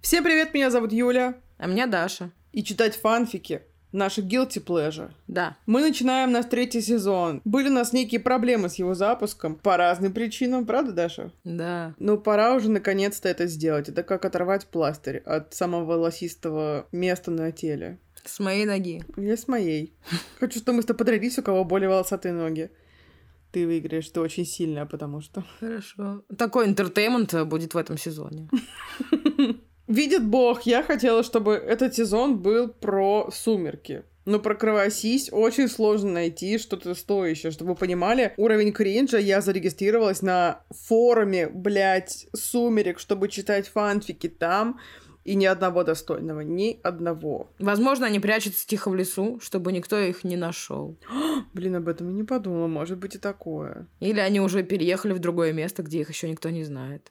Всем привет, меня зовут Юля. А меня Даша. И читать фанфики — наша guilty pleasure. Да. Мы начинаем наш 3-й сезон. Были у нас некие проблемы с его запуском по разным причинам, правда, Даша? Да. Но пора уже наконец-то это сделать. Это как оторвать пластырь от самого волосистого места на теле. С моей ноги. Я с моей. Хочу, чтобы мы с тобой подрались, у кого более волосатые ноги. Ты выиграешь, ты очень сильная, потому что... Хорошо. Такой интертеймент будет в этом сезоне. Видит Бог, я хотела, чтобы этот сезон был про сумерки. Но про «Кровосись» очень сложно найти что-то стоящее. Чтобы вы понимали, уровень кринжа, я зарегистрировалась на форуме, «Сумерек», чтобы читать фанфики там, и ни одного достойного, ни одного. Возможно, они прячутся тихо в лесу, чтобы никто их не нашел. Блин, об этом я не подумала, может быть и такое. Или они уже переехали в другое место, где их еще никто не знает.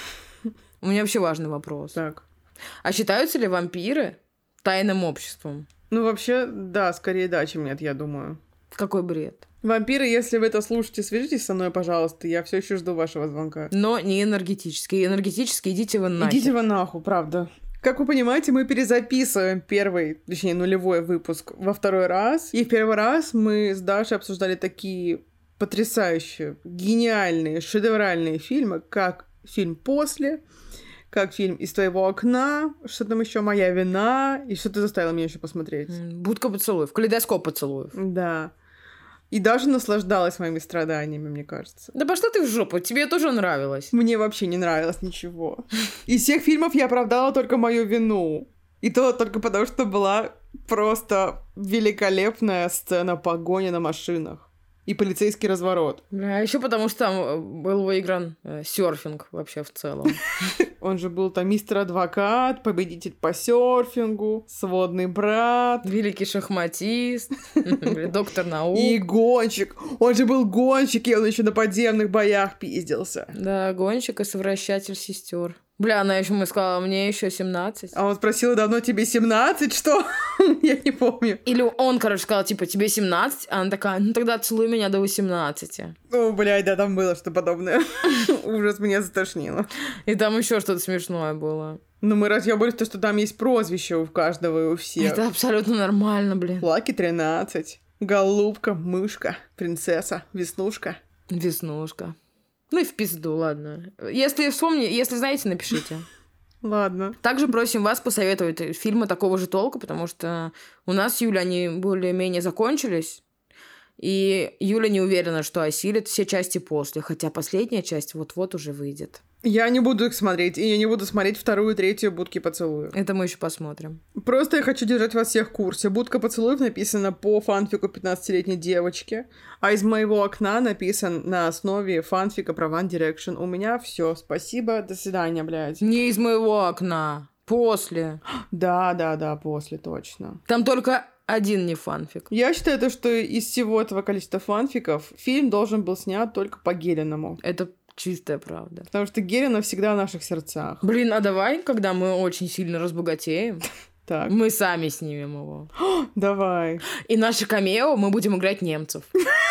У меня вообще важный вопрос. Так. А считаются ли вампиры тайным обществом? Ну, вообще, да, скорее да, чем нет, я думаю. Какой бред. Вампиры, если вы это слушаете, свяжитесь со мной, пожалуйста. Я все еще жду вашего звонка. Но не энергетически. Энергетически идите вы нахер. Идите вы нахуй, правда. Как вы понимаете, мы перезаписываем нулевой выпуск во второй раз. И в первый раз мы с Дашей обсуждали такие потрясающие, гениальные, шедевральные фильмы, как фильм «После», как фильм «Из твоего окна», что там еще «Моя вина», и что ты заставила меня еще посмотреть. «Будка поцелуев», «Калейдоскоп поцелуев». Да. И даже наслаждалась моими страданиями, мне кажется. Да пошла ты в жопу, тебе тоже нравилось. Мне вообще не нравилось ничего. Из всех фильмов я оправдала только мою вину. И то только потому, что была просто великолепная сцена погони на машинах. И полицейский разворот. А еще потому, что там был выигран серфинг вообще в целом. Он же был там мистер-адвокат, победитель по серфингу, сводный брат. Великий шахматист, доктор наук. И гонщик. Он же был гонщик, и он еще на подземных боях пиздился. Да, гонщик и совращатель сестер. Бля, она еще сказала, мне еще 17. А он спросил, давно тебе 17, что? Я не помню. Или он, сказал, типа, тебе 17? А она такая, ну тогда целуй меня до 18. О, блядь, да, там было что подобное. Ужас, меня затошнило. И там еще что-то смешное было. Ну, мы разъебались то, что там есть прозвище у каждого и у всех. Это абсолютно нормально, блин. Лаки 13, Голубка, Мышка, Принцесса, Веснушка. Веснушка. Ну и в пизду, ладно. Если знаете, напишите. Ладно. Также просим вас посоветовать фильмы такого же толка, потому что у нас с Юлей они более-менее закончились, и Юля не уверена, что осилит все части после, хотя последняя часть вот-вот уже выйдет. Я не буду их смотреть, и я не буду смотреть 2-ю и 3-ю «Будки поцелуев». Это мы еще посмотрим. Просто я хочу держать вас всех в курсе. «Будка поцелуев» написана по фанфику 15-летней девочки, а «Из моего окна» написан на основе фанфика про One Direction. У меня все. Спасибо, до свидания, блядь. Не «Из моего окна», после. Да, после, точно. Там только один не фанфик. Я считаю, что из всего этого количества фанфиков фильм должен был снят только по Гериному. Это чистая правда. Потому что Герина всегда в наших сердцах. Блин, а давай, когда мы очень сильно разбогатеем, так. Мы сами снимем его. Давай. И наше камео мы будем играть немцев.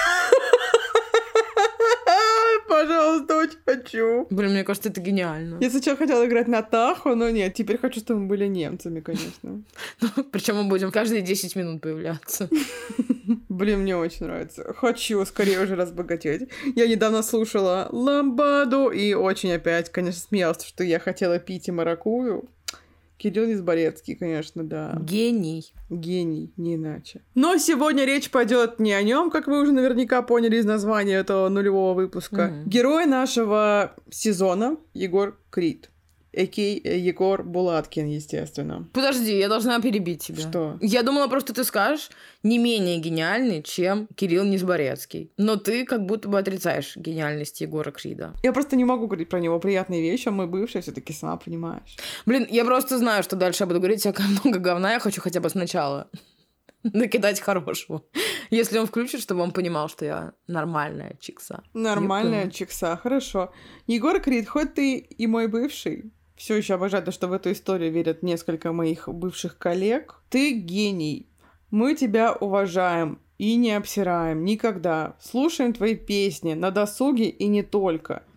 Пожалуйста, очень хочу. Блин, мне кажется, это гениально. Я сначала хотела играть Натаху, но нет, теперь хочу, чтобы мы были немцами, конечно. Причем мы будем каждые 10 минут появляться. Блин, мне очень нравится. Хочу скорее уже разбогатеть. Я недавно слушала Ламбаду и очень опять, конечно, смеялась, что я хотела пить и маракую. Кирилл Низборецкий, конечно, да. Гений. Гений, не иначе. Но сегодня речь пойдет не о нем, как вы уже наверняка поняли из названия этого нулевого выпуска. Герой нашего сезона Егор Крид. Егор Булаткин, естественно. Подожди, я должна перебить тебя. Что? Я думала, просто ты скажешь не менее гениальный, чем Кирилл Низборецкий. Но ты как будто бы отрицаешь гениальность Егора Крида. Я просто не могу говорить про него приятные вещи, а мой бывший все-таки сама понимаешь. Блин, я просто знаю, что дальше я буду говорить всякое много говна. Я хочу хотя бы сначала накидать хорошего. Если он включит, чтобы он понимал, что я нормальная чикса. Нормальная чикса, хорошо. Егор Крид, хоть ты и мой бывший, все еще обожаю то, что в эту историю верят несколько моих бывших коллег. Ты гений. Мы тебя уважаем и не обсираем никогда. Слушаем твои песни на досуге и не только.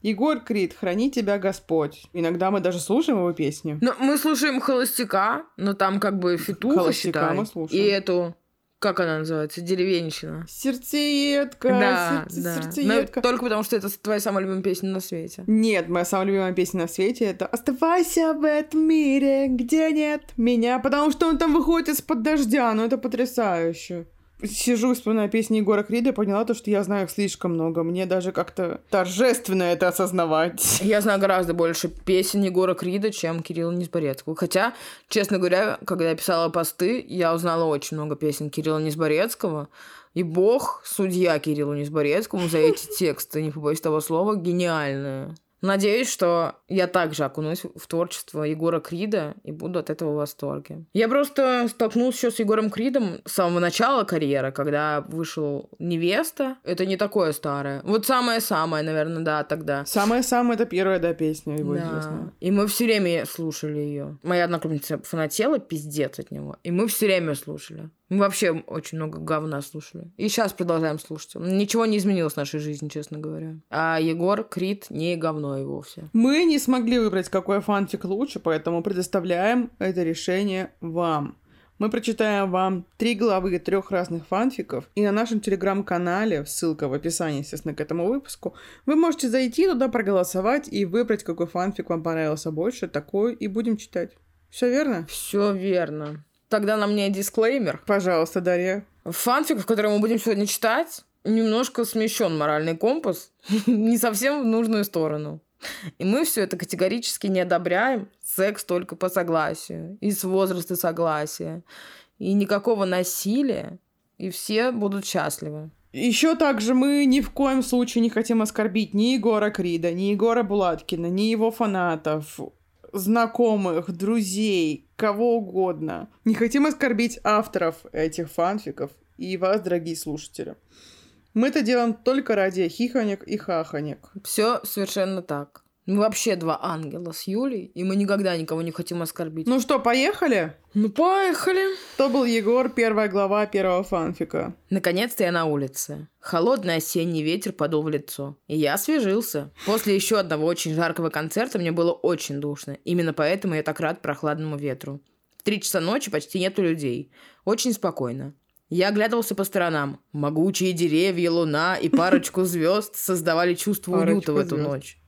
Егор Крид, храни тебя Господь. Иногда мы даже слушаем его песни. Ну, мы слушаем «Холостяка», но там как бы фитуха, «Холостяка» считай. мы слушаем. И эту, как она называется, «Деревенщина». Сердцеедка, Да. сердцеедка. Но только потому, что это твоя самая любимая песня на свете. Нет, моя самая любимая песня на свете — это «Оставайся в этом мире, где нет меня», потому что он там выходит из-под дождя, ну это потрясающе. Сижу и вспоминаю песни Егора Крида и поняла то, что я знаю их слишком много. Мне даже как-то торжественно это осознавать. Я знаю гораздо больше песен Егора Крида, чем Кирилла Низборецкого. Хотя, честно говоря, когда я писала посты, я узнала очень много песен Кирилла Низборецкого. И бог, судья Кириллу Низборецкому за эти тексты, не побоюсь того слова, гениальные. Надеюсь, что я также окунусь в творчество Егора Крида и буду от этого в восторге. Я просто столкнулась еще с Егором Кридом с самого начала карьеры, когда вышел «Невеста». Это не такое старое. Вот самое-самое, наверное, да, тогда. Самое-самое — это первая, да, песня его Да. известная. И мы все время слушали ее. Моя одноклассница фанатела пиздец от него. И мы все время слушали. Мы вообще очень много говна слушали. И сейчас продолжаем слушать. Ничего не изменилось в нашей жизни, честно говоря. А Егор Крид не говно и вовсе. Мы не смогли выбрать, какой фанфик лучше, поэтому предоставляем это решение вам. Мы прочитаем вам 3 главы 3 разных фанфиков, и на нашем телеграм-канале, ссылка в описании, естественно, к этому выпуску, вы можете зайти туда, проголосовать и выбрать, какой фанфик вам понравился больше, такой и будем читать. Все верно? Все верно. Тогда на мне дисклеймер. Пожалуйста, Дарья. Фанфик, который мы будем сегодня читать, немножко смещен моральный компас, не совсем в нужную сторону. И мы все это категорически не одобряем. Секс только по согласию. И с возраста согласия. И никакого насилия. И все будут счастливы. Еще также мы ни в коем случае не хотим оскорбить ни Егора Крида, ни Егора Булаткина, ни его фанатов, знакомых, друзей, кого угодно. Не хотим оскорбить авторов этих фанфиков и вас, дорогие слушатели. Мы это делаем только ради хихонек и хахонек. Все совершенно так. Мы вообще 2 ангела с Юлей, и мы никогда никого не хотим оскорбить. Ну что, поехали? Ну, поехали. То был Егор, 1 глава 1 фанфика. Наконец-то я на улице. Холодный осенний ветер подул в лицо. И я освежился. После еще одного очень жаркого концерта мне было очень душно. Именно поэтому я так рад прохладному ветру. В 3 часа ночи почти нету людей. Очень спокойно. Я оглядывался по сторонам. Могучие деревья, луна и парочку звезд создавали чувство уюта в эту ночь.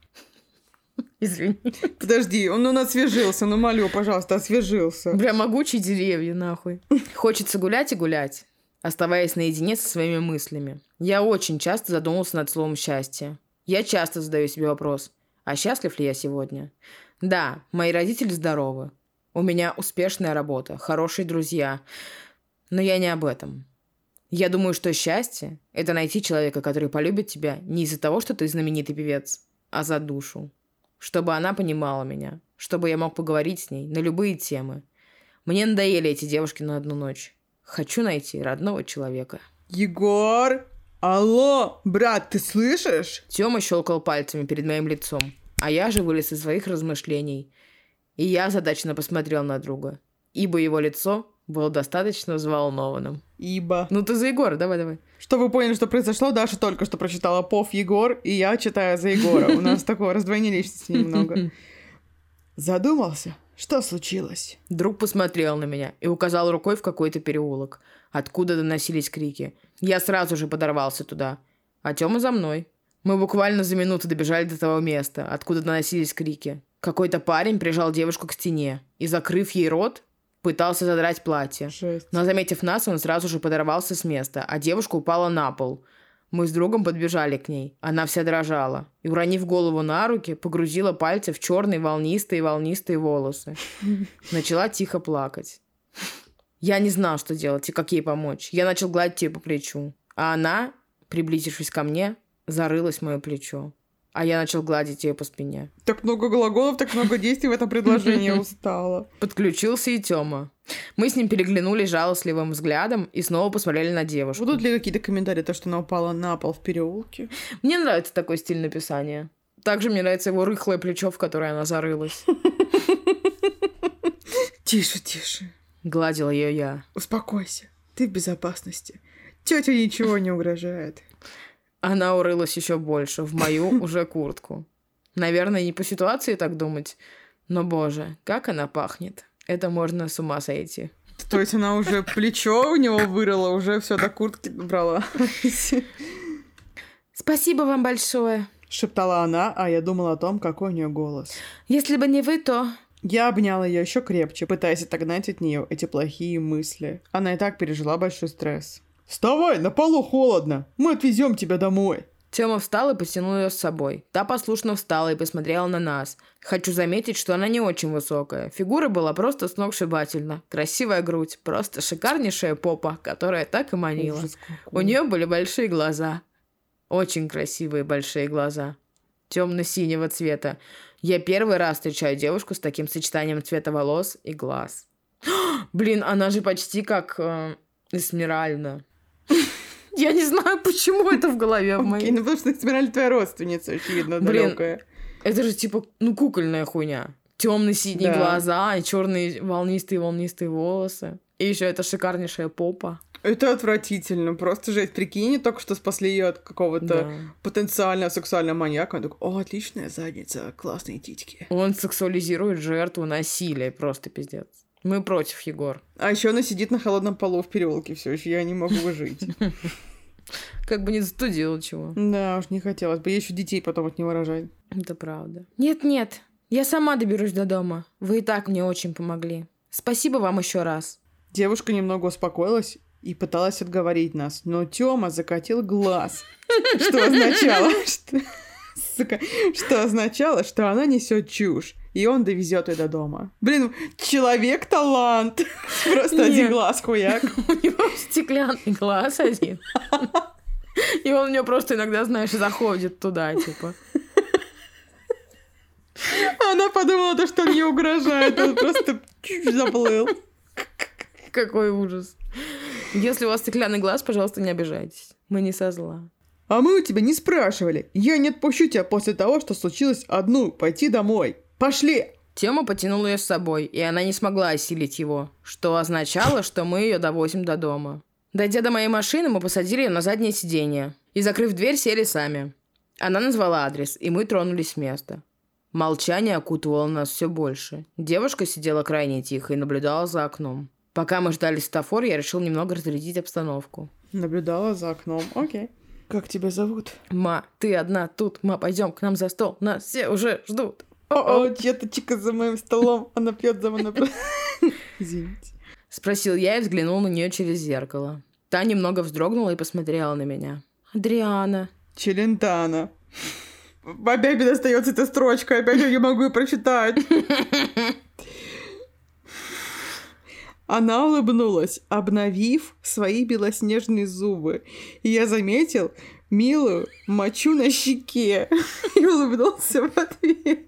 Извини. Подожди, он освежился, ну молю, пожалуйста, освежился. Бля, могучие деревья, нахуй. Хочется гулять и гулять, оставаясь наедине со своими мыслями. Я очень часто задумался над словом «счастье». Я часто задаю себе вопрос, а счастлив ли я сегодня? Да, мои родители здоровы. У меня успешная работа, хорошие друзья. Но я не об этом. Я думаю, что счастье – это найти человека, который полюбит тебя не из-за того, что ты знаменитый певец, а за душу. Чтобы она понимала меня, чтобы я мог поговорить с ней на любые темы. Мне надоели эти девушки на одну ночь. Хочу найти родного человека. Егор! Алло, брат, ты слышишь? Тёма щелкал пальцами перед моим лицом, а я же вылез из своих размышлений. И я озадаченно посмотрел на друга, ибо его лицо было достаточно взволнованным. Ибо. Ну ты за Егора, давай. Что вы поняли, что произошло? Даша только что прочитала Пов Егор, и я читаю за Егора. У нас такое раздвоение личности немного. Задумался? Что случилось? Друг посмотрел на меня и указал рукой в какой-то переулок, откуда доносились крики. Я сразу же подорвался туда, а Тёма за мной. Мы буквально за минуту добежали до того места, откуда доносились крики. Какой-то парень прижал девушку к стене и, закрыв ей рот, пытался задрать платье. Жесть. Но, заметив нас, он сразу же подорвался с места, а девушка упала на пол. Мы с другом подбежали к ней. Она вся дрожала. И, уронив голову на руки, погрузила пальцы в черные волнистые волосы. Начала тихо плакать. Я не знал, что делать и как ей помочь. Я начал гладить ее по плечу. А она, приблизившись ко мне, зарылась в мое плечо. А я начал гладить ее по спине. Так много глаголов, так много действий в этом предложении, устала. Подключился и Тёма. Мы с ним переглянулись жалостливым взглядом и снова посмотрели на девушку. Будут ли какие-то комментарии, то, что она упала на пол в переулке? Мне нравится такой стиль написания. Также мне нравится его рыхлое плечо, в которое она зарылась. Тише. Гладила ее я. Успокойся, ты в безопасности. Тёте ничего не угрожает. Она урылась еще больше в мою уже куртку. Наверное, не по ситуации так думать, но, боже, как она пахнет. Это можно с ума сойти. То есть она уже плечо у него вырыла, уже все до куртки брала. Спасибо вам большое. Шептала она, а я думала о том, какой у нее голос. Если бы не вы, то... Я обняла ее еще крепче, пытаясь отогнать от нее эти плохие мысли. Она и так пережила большой стресс. «Вставай, на полу холодно! Мы отвезем тебя домой!» Тёма встал и потянул ее с собой. Та послушно встала и посмотрела на нас. Хочу заметить, что она не очень высокая. Фигура была просто сногсшибательна. Красивая грудь, просто шикарнейшая попа, которая так и манила. Ужас У какой. нее были большие глаза. Очень красивые большие глаза. Темно-синего цвета. Я первый раз встречаю девушку с таким сочетанием цвета волос и глаз. Блин, она же почти как Эсмеральда. Я не знаю, почему это в голове в моей. Ну, потому что Эсмеральда твоя родственница, очевидно, Блин, далекая. это же типа, кукольная хуйня. Темно-синие глаза и черные волнистые волосы. И еще это шикарнейшая попа. Это отвратительно. Просто жесть. Прикинь, только что спасли ее от какого-то потенциального сексуального маньяка. Он такой: о, отличная задница, классные титьки. Он сексуализирует жертву насилия. Просто пиздец. Мы против, Егор. А еще она сидит на холодном полу в переулке все еще. Я не могу выжить. Как бы не застудила чего. Да, уж не хотелось бы. Я еще детей потом от него рожать. Это правда. Нет, я сама доберусь до дома. Вы и так мне очень помогли. Спасибо вам еще раз. Девушка немного успокоилась и пыталась отговорить нас, но Тёма закатил глаз, что означало, что она несет чушь, и он довезет ее до дома. Блин, человек-талант! Просто один глаз хуяк. У него стеклянный глаз один. И он у него просто иногда, знаешь, заходит туда, типа. Она подумала, что он ей угрожает, он просто заплыл. Какой ужас. Если у вас стеклянный глаз, пожалуйста, не обижайтесь. Мы не со зла. А мы у тебя не спрашивали. Я не отпущу тебя после того, что случилось одну. Пойти домой. Пошли! Тёма потянул ее с собой, и она не смогла осилить его, что означало, что мы ее довозим до дома. Дойдя до моей машины, мы посадили ее на заднее сиденье и, закрыв дверь, сели сами. Она назвала адрес, и мы тронулись с места. Молчание окутывало нас все больше. Девушка сидела крайне тихо и наблюдала за окном. Пока мы ждали светофор, я решил немного разрядить обстановку. Наблюдала за окном. Окей. Как тебя зовут? Ма, ты одна тут. Ма, пойдем к нам за стол. Нас все уже ждут. О, деточка за моим столом. Она пьет за мной. Извините. Спросил я и взглянул на нее через зеркало. Та немного вздрогнула и посмотрела на меня. Адриана. Челентано. Опять мне достается эта строчка. Опять я не могу ее прочитать. Она улыбнулась, обновив свои белоснежные зубы. И я заметил милую мочу на щеке. И улыбнулся в ответ.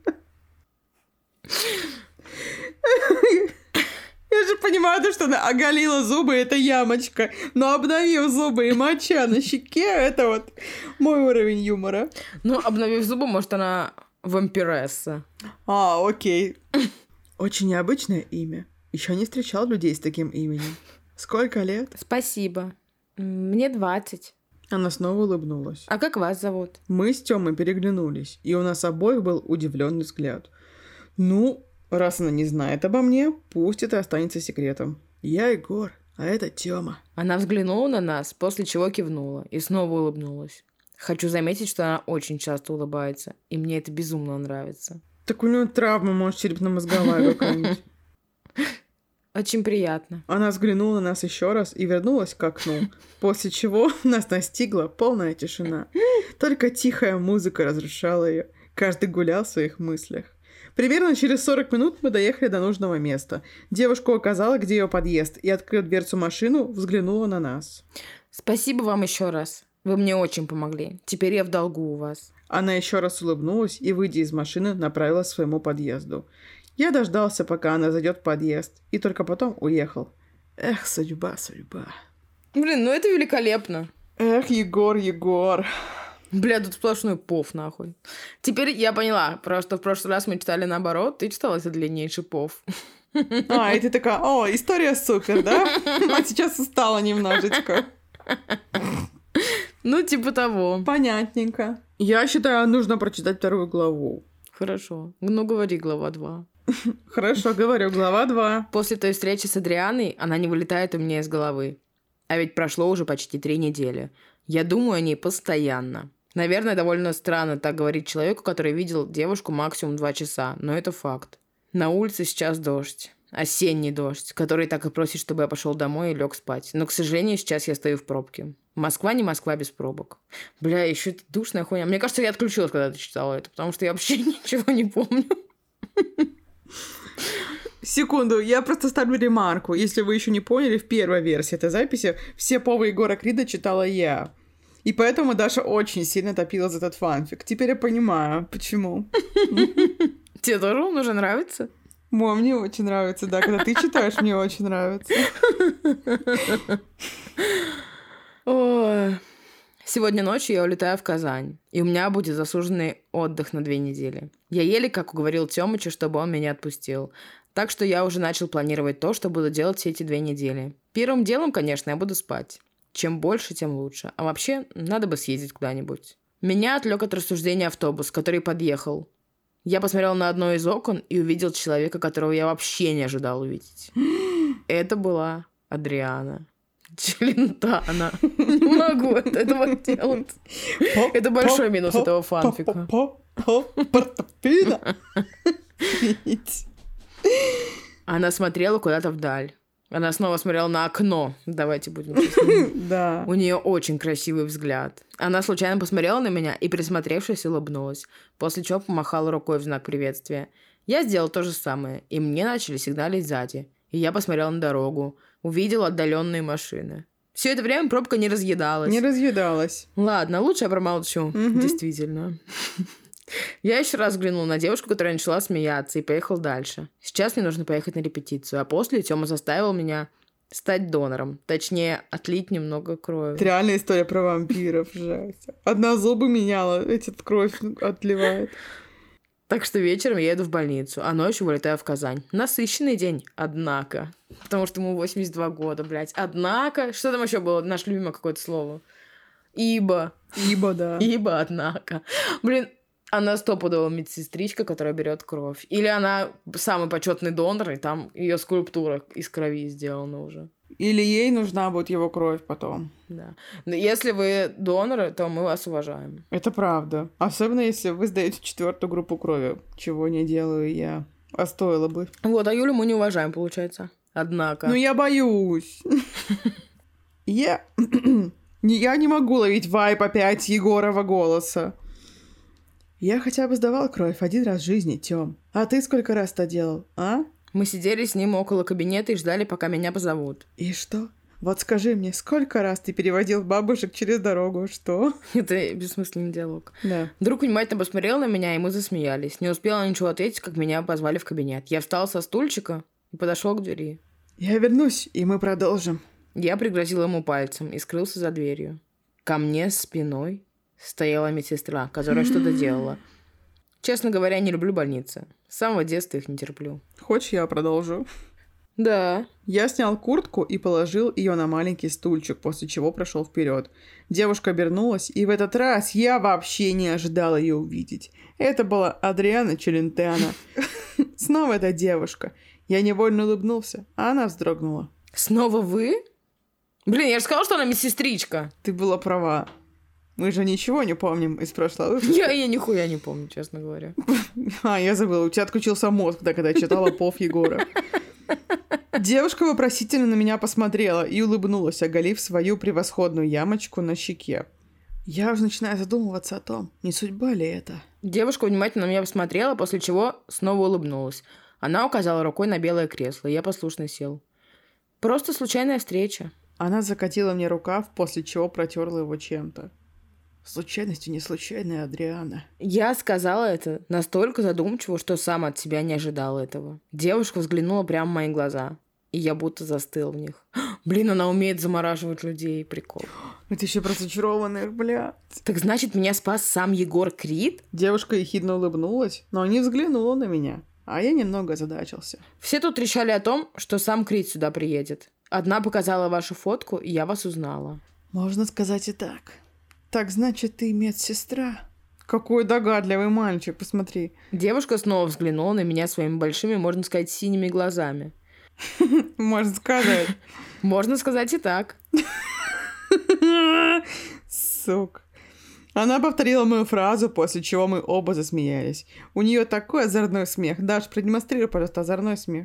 Я же понимаю, что она оголила зубы, это ямочка. Но обновив зубы и моча на щеке, это вот мой уровень юмора. Ну, обновив зубы, может, она вампиресса. А, окей. Очень необычное имя. Еще не встречал людей с таким именем. Сколько лет? Спасибо. Мне 20. Она снова улыбнулась. А как вас зовут? Мы с Тёмой переглянулись, и у нас обоих был удивленный взгляд. Ну, раз она не знает обо мне, пусть это останется секретом. Я Егор, а это Тёма. Она взглянула на нас, после чего кивнула и снова улыбнулась. Хочу заметить, что она очень часто улыбается, и мне это безумно нравится. Так у нее травма, может, черепно-мозговая какая-нибудь. Очень приятно. Она взглянула на нас еще раз и вернулась к окну, после чего нас настигла полная тишина. Только тихая музыка разрушала ее. Каждый гулял в своих мыслях. Примерно через 40 минут мы доехали до нужного места. Девушка указала, где ее подъезд, и, открыв дверцу машину, взглянула на нас. Спасибо вам еще раз. Вы мне очень помогли. Теперь я в долгу у вас. Она еще раз улыбнулась и, выйдя из машины, направилась к своему подъезду. Я дождался, пока она зайдет в подъезд, и только потом уехал. Эх, судьба. Блин, ну это великолепно. Эх, Егор. Бля, тут сплошной пов, нахуй. Теперь я поняла. Просто в прошлый раз мы читали наоборот, ты читала это длиннейший пов. А, и ты такая: о, история супер, да? А сейчас устала немножечко. Ну, типа того. Понятненько. Я считаю, нужно прочитать 2 главу. Хорошо. Ну, говори, глава 2. Хорошо, говорю, глава 2. После той встречи с Адрианой она не вылетает у меня из головы. А ведь прошло уже почти 3 недели. Я думаю о ней постоянно. Наверное, довольно странно так говорить человеку, который видел девушку максимум 2 часа, но это факт. На улице сейчас дождь. Осенний дождь, который так и просит, чтобы я пошел домой и лег спать. Но, к сожалению, сейчас я стою в пробке. Москва не Москва без пробок. Бля, еще это душная хуйня. Мне кажется, я отключилась, когда ты читала это, потому что я вообще ничего не помню. Секунду, я просто ставлю ремарку. Если вы еще не поняли, в первой версии этой записи все повы Егора Крида читала я. И поэтому Даша очень сильно топила за этот фанфик. Теперь я понимаю, почему. Тебе тоже он уже нравится? Мне очень нравится, да. Когда ты читаешь, мне очень нравится. Ой. Сегодня ночью я улетаю в Казань, и у меня будет заслуженный отдых на 2 недели. Я еле как уговорил Тёмыча, чтобы он меня отпустил. Так что я уже начал планировать то, что буду делать все эти 2 недели. Первым делом, конечно, я буду спать. Чем больше, тем лучше. А вообще, надо бы съездить куда-нибудь. Меня отвлек от рассуждения автобус, который подъехал. Я посмотрел на одно из окон и увидел человека, которого я вообще не ожидал увидеть. Это была Адриана Челентано. Не могу от этого делать. Это большой минус этого фанфика. Она смотрела куда-то вдаль. Она снова смотрела на окно. Давайте будем честны. Да. У нее очень красивый взгляд. Она случайно посмотрела на меня и, присмотревшись, улыбнулась, после чего помахала рукой в знак приветствия. Я сделал то же самое, и мне начали сигналить сзади. И я посмотрел на дорогу, увидел отдаленные машины. Все это время пробка не разъедалась. Не разъедалась. Ладно, лучше я промолчу. Действительно. Я еще раз взглянул на девушку, которая начала смеяться, и поехал дальше. Сейчас мне нужно поехать на репетицию, а после Тёма заставил меня стать донором. Точнее, отлить немного крови. Это реальная история про вампиров, жесть. Одна зубы меняла, этот кровь отливает. Так что вечером я еду в больницу, а ночью вылетаю в Казань. Насыщенный день, однако. Потому что ему 82 года, блядь. Однако... Что там еще было? Наше любимое какое-то слово. Ибо. Ибо, да. Ибо, однако. Блин, она стопудовая медсестричка, которая берет кровь. Или она самый почетный донор, и там ее скульптура из крови сделана уже. Или ей нужна будет его кровь потом. Да. Но если вы доноры, то мы вас уважаем. Это правда. Особенно, если вы сдаете 4-ю группу крови. Чего не делаю я. А стоило бы. Вот, а Юлю мы не уважаем, получается. Однако. Ну, я боюсь. Я не могу ловить вайб опять Егорова голоса. Я хотя бы сдавал кровь 1 раз в жизни, Тём. А ты сколько раз это делал, а? Мы сидели с ним около кабинета и ждали, пока меня позовут. И что? Вот скажи мне, сколько раз ты переводил бабушек через дорогу, что? Это бессмысленный диалог. Да. Друг внимательно посмотрел на меня, и мы засмеялись. Не успела ничего ответить, как меня позвали в кабинет. Я встал со стульчика и подошел к двери. Я вернусь, и мы продолжим. Я пригрозил ему пальцем и скрылся за дверью. Ко мне спиной стояла медсестра, которая что-то делала. Честно говоря, не люблю больницы. С самого детства их не терплю. Хочешь, я продолжу? Да. Я снял куртку и положил ее на маленький стульчик, после чего прошел вперед. Девушка обернулась, и в этот раз я вообще не ожидал ее увидеть. Это была Адриана Челентано. Снова эта девушка. Я невольно улыбнулся, а она вздрогнула. Снова вы? Блин, я же сказала, что она медсестричка. Ты была права. Мы же ничего не помним из прошлого выпуска. Я нихуя не помню, честно говоря. Я забыла, у тебя отключился мозг, когда читала пов Егора. Девушка вопросительно на меня посмотрела и улыбнулась, оголив свою превосходную ямочку на щеке. Я уже начинаю задумываться о том, не судьба ли это. Девушка внимательно на меня посмотрела, после чего снова улыбнулась. Она указала рукой на белое кресло, и я послушно сел. Просто случайная встреча. Она закатила мне рукав, после чего протерла его чем-то. Случайностью не случайная, Адриана. Я сказала это настолько задумчиво, что сам от себя не ожидал этого. Девушка взглянула прямо в мои глаза, и я будто застыл в них. Блин, она умеет замораживать людей, прикол. Это еще про зачарованных, блядь. Так значит, меня спас сам Егор Крид? Девушка ехидно улыбнулась, но не взглянула на меня, а я немного озадачился. Все тут решали о том, что сам Крид сюда приедет. Одна показала вашу фотку, и я вас узнала. Можно сказать и так. Так значит, ты медсестра? Какой догадливый мальчик, посмотри. Девушка снова взглянула на меня своими большими, можно сказать, синими глазами. Можно сказать. Можно сказать и так. Сука. Она повторила мою фразу, после чего мы оба засмеялись. У нее такой озорной смех. Даш, продемонстрируй, пожалуйста, озорной смех.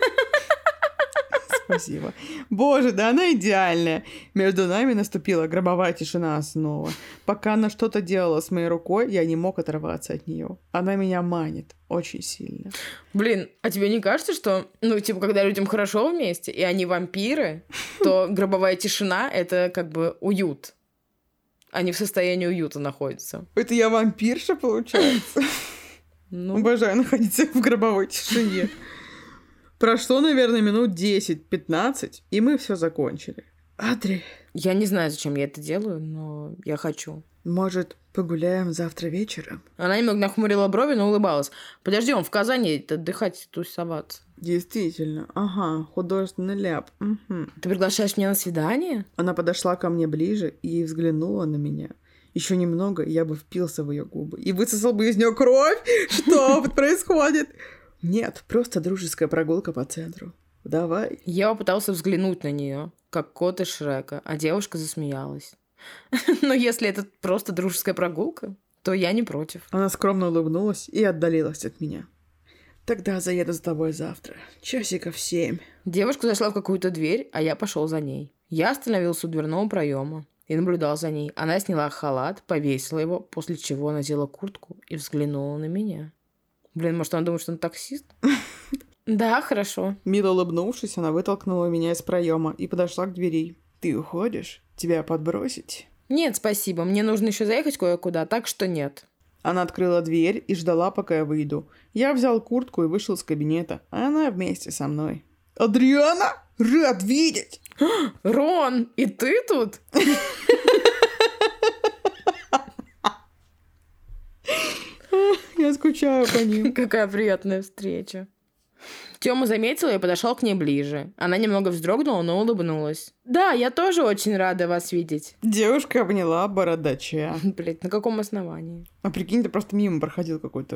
Спасибо. Боже, да она идеальная. Между нами наступила гробовая тишина снова. Пока она что-то делала с моей рукой, я не мог оторваться от нее. Она меня манит очень сильно. Блин, а тебе не кажется, что, когда людям хорошо вместе, и они вампиры, то гробовая тишина — это как бы уют. Они в состоянии уюта находятся. Это я вампирша, получается? Обожаю находиться в гробовой тишине. Прошло, наверное, минут 10-15, и мы все закончили. Адри. Я не знаю, зачем я это делаю, но я хочу. Может, погуляем завтра вечером? Она немного нахмурила брови, но улыбалась. Подожди, он в Казани отдыхать, тусоваться. Действительно. Ага, художественный ляп. Угу. Ты приглашаешь меня на свидание? Она подошла ко мне ближе и взглянула на меня. Еще немного, и я бы впился в ее губы. И высосал бы из нее кровь. Что происходит? Нет, просто дружеская прогулка по центру. Давай. Я попытался взглянуть на нее, как кот из Шрека, а девушка засмеялась. Но если это просто дружеская прогулка, то я не против. Она скромно улыбнулась и отдалилась от меня. Тогда заеду за тобой завтра. Часиков 7. Девушка зашла в какую-то дверь, а я пошел за ней. Я остановился у дверного проема и наблюдал за ней. Она сняла халат, повесила его, после чего надела куртку и взглянула на меня. Блин, может, она думает, что он таксист? Да, хорошо. Мило улыбнувшись, она вытолкнула меня из проема и подошла к двери. Ты уходишь? Тебя подбросить? Нет, спасибо. Мне нужно еще заехать кое-куда, так что нет. Она открыла дверь и ждала, пока я выйду. Я взял куртку и вышел из кабинета, а она вместе со мной. Адриана, рад видеть! Рон, и ты тут? Я скучаю по ним. Какая приятная встреча. Тёма заметила и подошел к ней ближе. Она немного вздрогнула, но улыбнулась. Да, я тоже очень рада вас видеть. Девушка обняла бородача. Блять, на каком основании? А прикинь, ты просто мимо проходил какой-то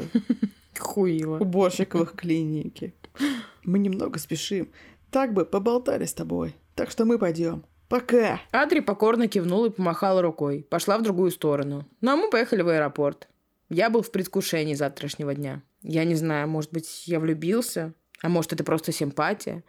Хуило. уборщик в их клинике. Мы немного спешим. Так бы поболтали с тобой. Так что мы пойдем. Пока. Адри покорно кивнула и помахала рукой. Пошла в другую сторону. Ну а мы поехали в аэропорт. Я был в предвкушении завтрашнего дня. Я не знаю, может быть, я влюбился? А может, это просто симпатия?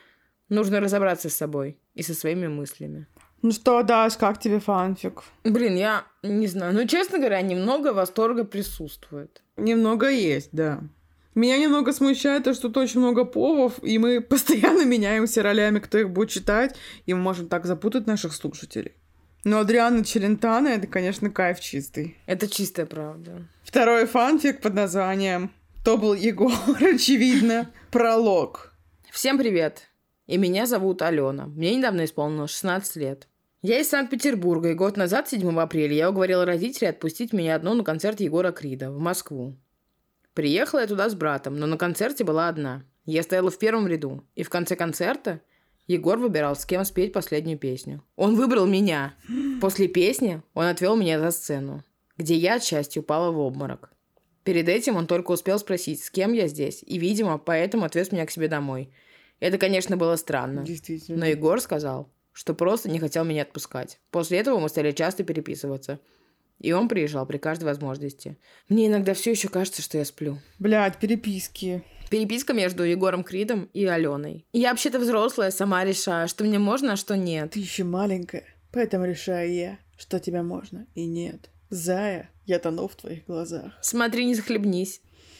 Нужно разобраться с собой и со своими мыслями. Ну что, Даш, как тебе фанфик? Блин, я не знаю. Ну, честно говоря, немного восторга присутствует. Немного есть, да. Меня немного смущает то, что тут очень много повов, и мы постоянно меняемся ролями, кто их будет читать, и мы можем так запутать наших слушателей. Но Адриана Челентано — это, конечно, кайф чистый. Это чистая правда. Второй фанфик под названием «То был Егор», очевидно. Пролог. Всем привет. И меня зовут Алена. Мне недавно исполнилось 16 лет. Я из Санкт-Петербурга, и год назад, 7 апреля, я уговорила родителей отпустить меня одну на концерт Егора Крида в Москву. Приехала я туда с братом, но на концерте была одна. Я стояла в первом ряду, и в конце концерта Егор выбирал, с кем спеть последнюю песню. Он выбрал меня. После песни он отвел меня за сцену, где я от счастья упала в обморок. Перед этим он только успел спросить, с кем я здесь, и, видимо, поэтому отвез меня к себе домой. Это, конечно, было странно. Действительно. Но Егор сказал, что просто не хотел меня отпускать. После этого мы стали часто переписываться. И он приезжал при каждой возможности. Мне иногда все еще кажется, что я сплю. Блядь, переписки. Переписка между Егором Кридом и Аленой. Я вообще-то взрослая, сама решаю, что мне можно, а что нет. Ты еще маленькая, поэтому решаю я, что тебе можно и нет. Зая, я тону в твоих глазах. Смотри, не захлебнись.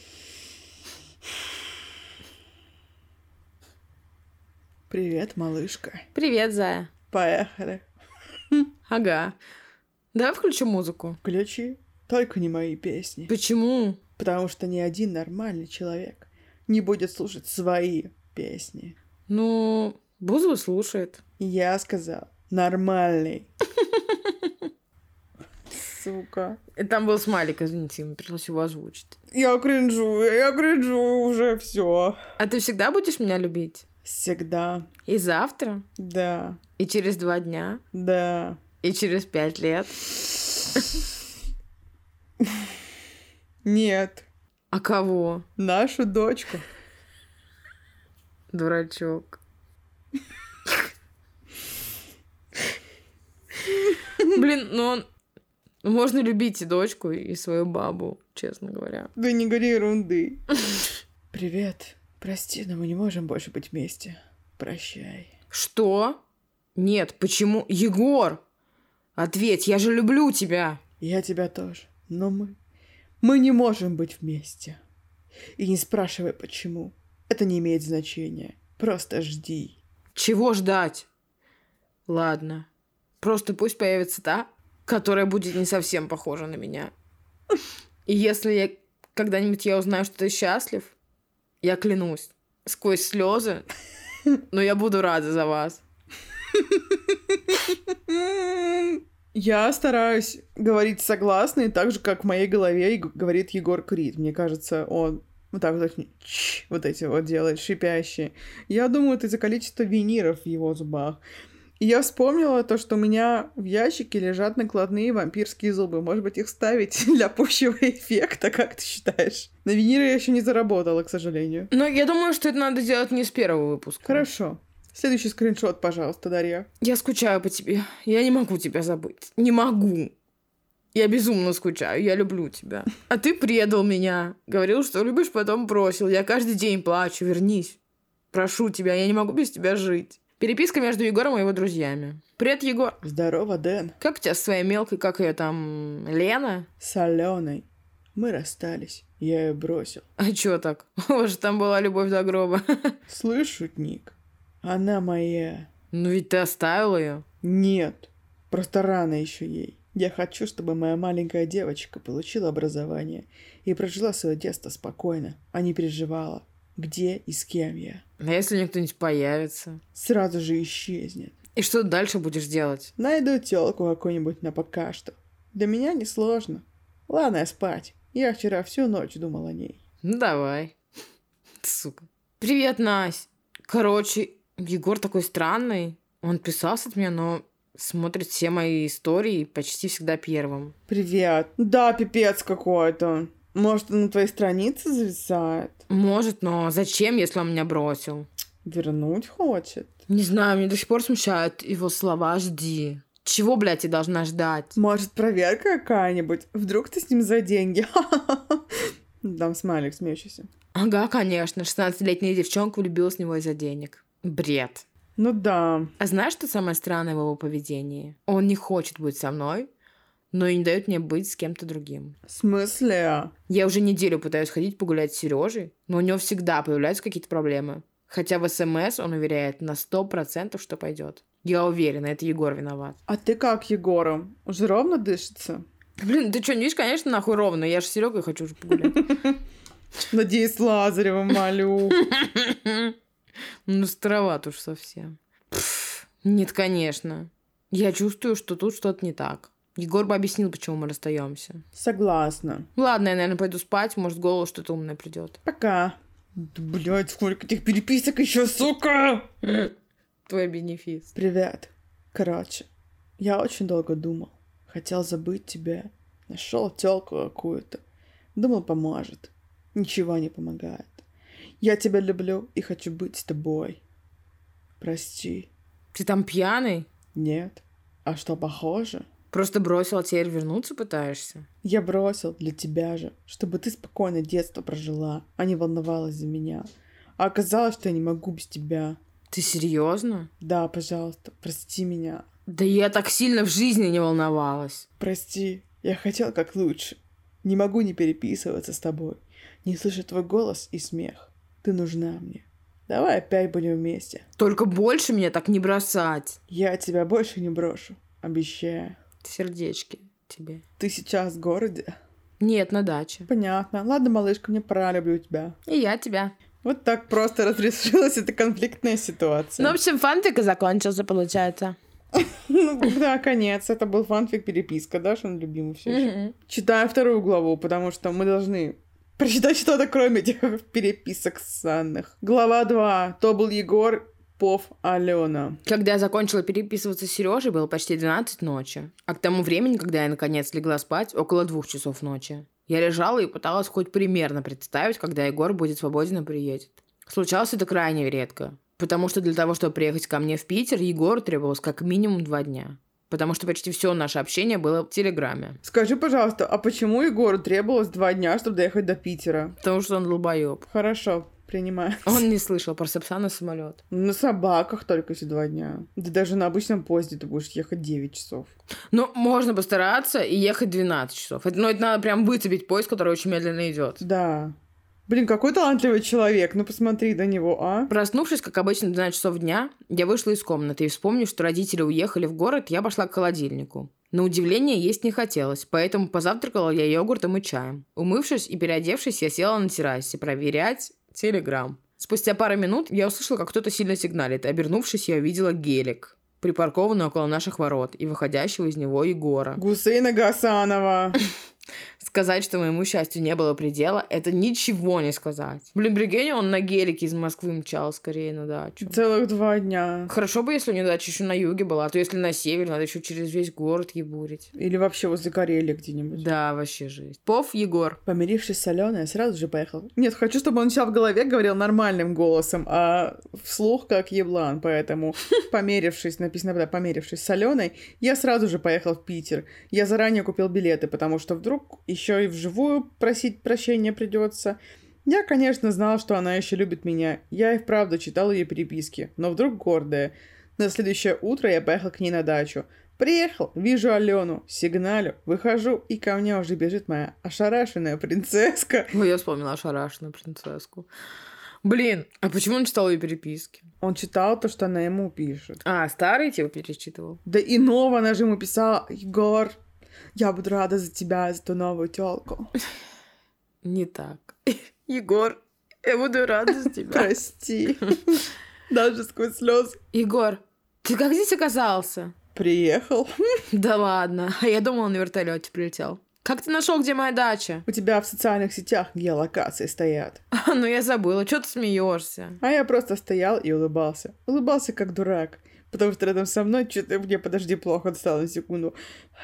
Привет, малышка. Привет, Зая. Поехали. Ага. Давай включу музыку. Включи. Только не мои песни. Почему? Потому что ни один нормальный человек не будет слушать свои песни. Ну, Бузова слушает. Я сказал, нормальный. Сука. И там был смайлик, извините, мне пришлось его озвучить. Я кринжу уже все. А ты всегда будешь меня любить? Всегда. И завтра? Да. И через 2 дня? Да. И через 5 лет? Нет. А кого? Нашу дочку. Дурачок. Блин, ну можно любить и дочку, и свою бабу, честно говоря. Да не говори ерунды. Привет. Прости, но мы не можем больше быть вместе. Прощай. Что? Нет, почему? Егор! Ответь, я же люблю тебя. Я тебя тоже. Но мы не можем быть вместе. И не спрашивай, почему. Это не имеет значения. Просто жди. Чего ждать? Ладно. Просто пусть появится та, которая будет не совсем похожа на меня. И если когда-нибудь я узнаю, что ты счастлив, я клянусь, сквозь слезы, но я буду рада за вас. Я стараюсь говорить согласные, так же, как в моей голове говорит Егор Крид. Мне кажется, он вот так вот эти вот делает, шипящие. Я думаю, это из-за количества виниров в его зубах. И я вспомнила то, что у меня в ящике лежат накладные вампирские зубы. Может быть, их вставить для пущего эффекта, как ты считаешь? На виниры я еще не заработала, к сожалению. Но я думаю, что это надо делать не с первого выпуска. Хорошо. Следующий скриншот, пожалуйста, Дарья. Я скучаю по тебе. Я не могу тебя забыть. Не могу. Я безумно скучаю. Я люблю тебя. А ты предал меня. Говорил, что любишь, потом бросил. Я каждый день плачу. Вернись. Прошу тебя. Я не могу без тебя жить. Переписка между Егором и его друзьями. Привет, Егор. Здорово, Дэн. Как у тебя с своей мелкой, как ее там, Лена? С Аленой. Мы расстались. Я ее бросил. А чё так? У вас же там была любовь до гроба. Слышь, шутник, она моя. Ну ведь ты оставил ее. Нет, просто рано еще ей. Я хочу, чтобы моя маленькая девочка получила образование и прожила свое детство спокойно, а не переживала, где и с кем я. А если у нее кто-нибудь появится? Сразу же исчезнет. И что ты дальше будешь делать? Найду тёлку какую-нибудь на пока что. Для меня несложно. Ладно, я спать. Я вчера всю ночь думал о ней. Ну давай. Сука. Привет, Настя. Короче, Егор такой странный. Он писался от меня, но смотрит все мои истории почти всегда первым. Привет. Да, пипец какой-то. Может, он на твоей странице зависает? Может, но зачем, если он меня бросил? Вернуть хочет. Не знаю, мне до сих пор смущают его слова «жди». Чего, блядь, я должна ждать? Может, проверка какая-нибудь? Вдруг ты с ним за деньги? Дам смайлик, смеющийся. Ага, конечно. 16-летняя девчонка влюбилась в него из-за денег. Бред. Ну да. А знаешь, что самое странное в его поведении? Он не хочет быть со мной, но и не дает мне быть с кем-то другим. В смысле? Я уже неделю пытаюсь ходить погулять с Сережей, но у него всегда появляются какие-то проблемы. Хотя в СМС он уверяет на 100%, что пойдет. Я уверена, это Егор виноват. А ты как, Егора? Уже ровно дышится? Блин, ты что, не видишь, конечно, нахуй ровно. Я же с Серегой хочу уже погулять. Надеюсь, с Лазаревым, молю. Ну, староват уж совсем. Нет, конечно. Я чувствую, что тут что-то не так. Егор бы объяснил, почему мы расстаемся. Согласна. Ладно, я, наверное, пойду спать. Может, в голову что-то умное придет. Пока. Да, блядь, сколько этих переписок еще, сука! Твой бенефис. Привет. Короче, я очень долго думал. Хотел забыть тебя. Нашел тёлку какую-то. Думал, поможет. Ничего не помогает. Я тебя люблю и хочу быть с тобой. Прости. Ты там пьяный? Нет. А что, похоже? Просто бросил, а теперь вернуться пытаешься? Я бросил для тебя же, чтобы ты спокойно детство прожила, а не волновалась за меня. А оказалось, что я не могу без тебя. Ты серьезно? Да, пожалуйста, прости меня. Да я так сильно в жизни не волновалась. Прости, я хотел как лучше. Не могу не переписываться с тобой, не слышать твой голос и смех. Ты нужна мне. Давай опять будем вместе. Только больше меня так не бросать. Я тебя больше не брошу, обещаю. Сердечки тебе. Ты сейчас в городе? Нет, на даче. Понятно. Ладно, малышка, мне пора, люблю тебя. И я тебя. Вот так просто разрешилась эта конфликтная ситуация. Ну, в общем, фанфик и закончился, получается. Ну, да, конец. Это был фанфик-переписка, да, что он любимый все еще. Читаю вторую главу, потому что мы должны прочитать что-то, кроме этих переписок ссанных. Глава 2. То был Егор, Пов, Алена. Когда я закончила переписываться с Сережей, было почти 12 ночи. А к тому времени, когда я наконец легла спать, около 2 часов ночи. Я лежала и пыталась хоть примерно представить, когда Егор будет свободен и приедет. Случалось это крайне редко, потому что для того, чтобы приехать ко мне в Питер, Егору требовалось как минимум 2 дня. Потому что почти все наше общение было в Телеграме. Скажи, пожалуйста, а почему Егору требовалось 2 дня, чтобы доехать до Питера? Потому что он долбоёб. Хорошо, принимаю. Он не слышал про Сапсана самолет. На собаках только эти 2 дня. Да даже на обычном поезде ты будешь ехать 9 часов. Ну, можно постараться и ехать 12 часов. Но это надо прям выцепить поезд, который очень медленно идет. Да. Блин, какой талантливый человек. Ну, посмотри на него, а? Проснувшись, как обычно, в 12 часов дня, я вышла из комнаты и, вспомнив, что родители уехали в город, я пошла к холодильнику. На удивление, есть не хотелось, поэтому позавтракала я йогуртом и чаем. Умывшись и переодевшись, я села на террасе проверять Телеграм. Спустя пару минут я услышала, как кто-то сильно сигналит. Обернувшись, я увидела гелик, припаркованный около наших ворот, и выходящего из него Егора. Гусейна Гасанова. Сказать, что моему счастью не было предела, это ничего не сказать. Блин, прикинь, он на гелике из Москвы мчал скорее на дачу. Целых 2 дня. Хорошо бы, если у него дача еще на юге была, а то если на севере, надо еще через весь город ебурить. Или вообще возле Карелии где-нибудь. Да, вообще жесть. Пов Егор. Помирившись с Аленой, я сразу же поехал. Нет, хочу, чтобы он сейчас в голове говорил нормальным голосом, а вслух как еблан. Поэтому, помирившись, написано, да, помирившись с Аленой, я сразу же поехал в Питер. Я заранее купил билеты, потому что вдруг еще и вживую просить прощения придется. Я, конечно, знал, что она еще любит меня. Я и вправду читал ее переписки. Но вдруг гордая. На следующее утро я поехал к ней на дачу. Приехал, вижу Алену, сигналю, выхожу, и ко мне уже бежит моя ошарашенная принцесска. Ой, я вспомнила ошарашенную принцесску. Блин, а почему он читал ее переписки? Он читал то, что она ему пишет. А, старый типа перечитывал? Да и нового она же ему писала: Егор, я буду рада за тебя, за ту новую тёлку. Не так. Егор, я буду рада за тебя. Прости. Даже сквозь слезы. Егор, ты как здесь оказался? Приехал. Да ладно. А я думала, он на вертолете прилетел. Как ты нашел, где моя дача? У тебя в социальных сетях геолокации стоят. Ну я забыла. Чего ты смеешься? А я просто стоял и улыбался. Улыбался как дурак. Потому что рядом со мной... Что-то мне, подожди, плохо стало на секунду.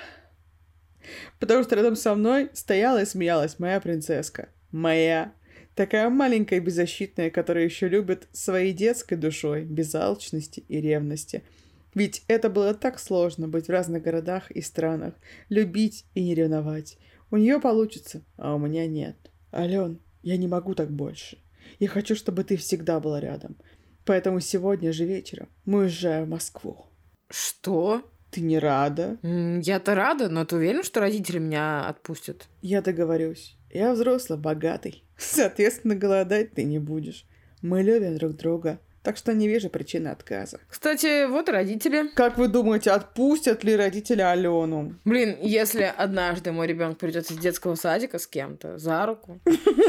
Потому что рядом со мной стояла и смеялась моя принцесска. Моя. Такая маленькая и беззащитная, которая еще любит своей детской душой, без алчности и ревности. Ведь это было так сложно быть в разных городах и странах, любить и не ревновать. У нее получится, а у меня нет. Ален, я не могу так больше. Я хочу, чтобы ты всегда была рядом. Поэтому сегодня же вечером мы уезжаем в Москву. Что? Ты не рада? Я-то рада, но ты уверен, что родители меня отпустят? Я договорюсь. Я взрослый, богатый. Соответственно, голодать ты не будешь. Мы любим друг друга. Так что не вижу причины отказа. Кстати, вот и родители. Как вы думаете, отпустят ли родители Алену? Блин, если однажды мой ребенок придет из детского садика с кем-то за руку,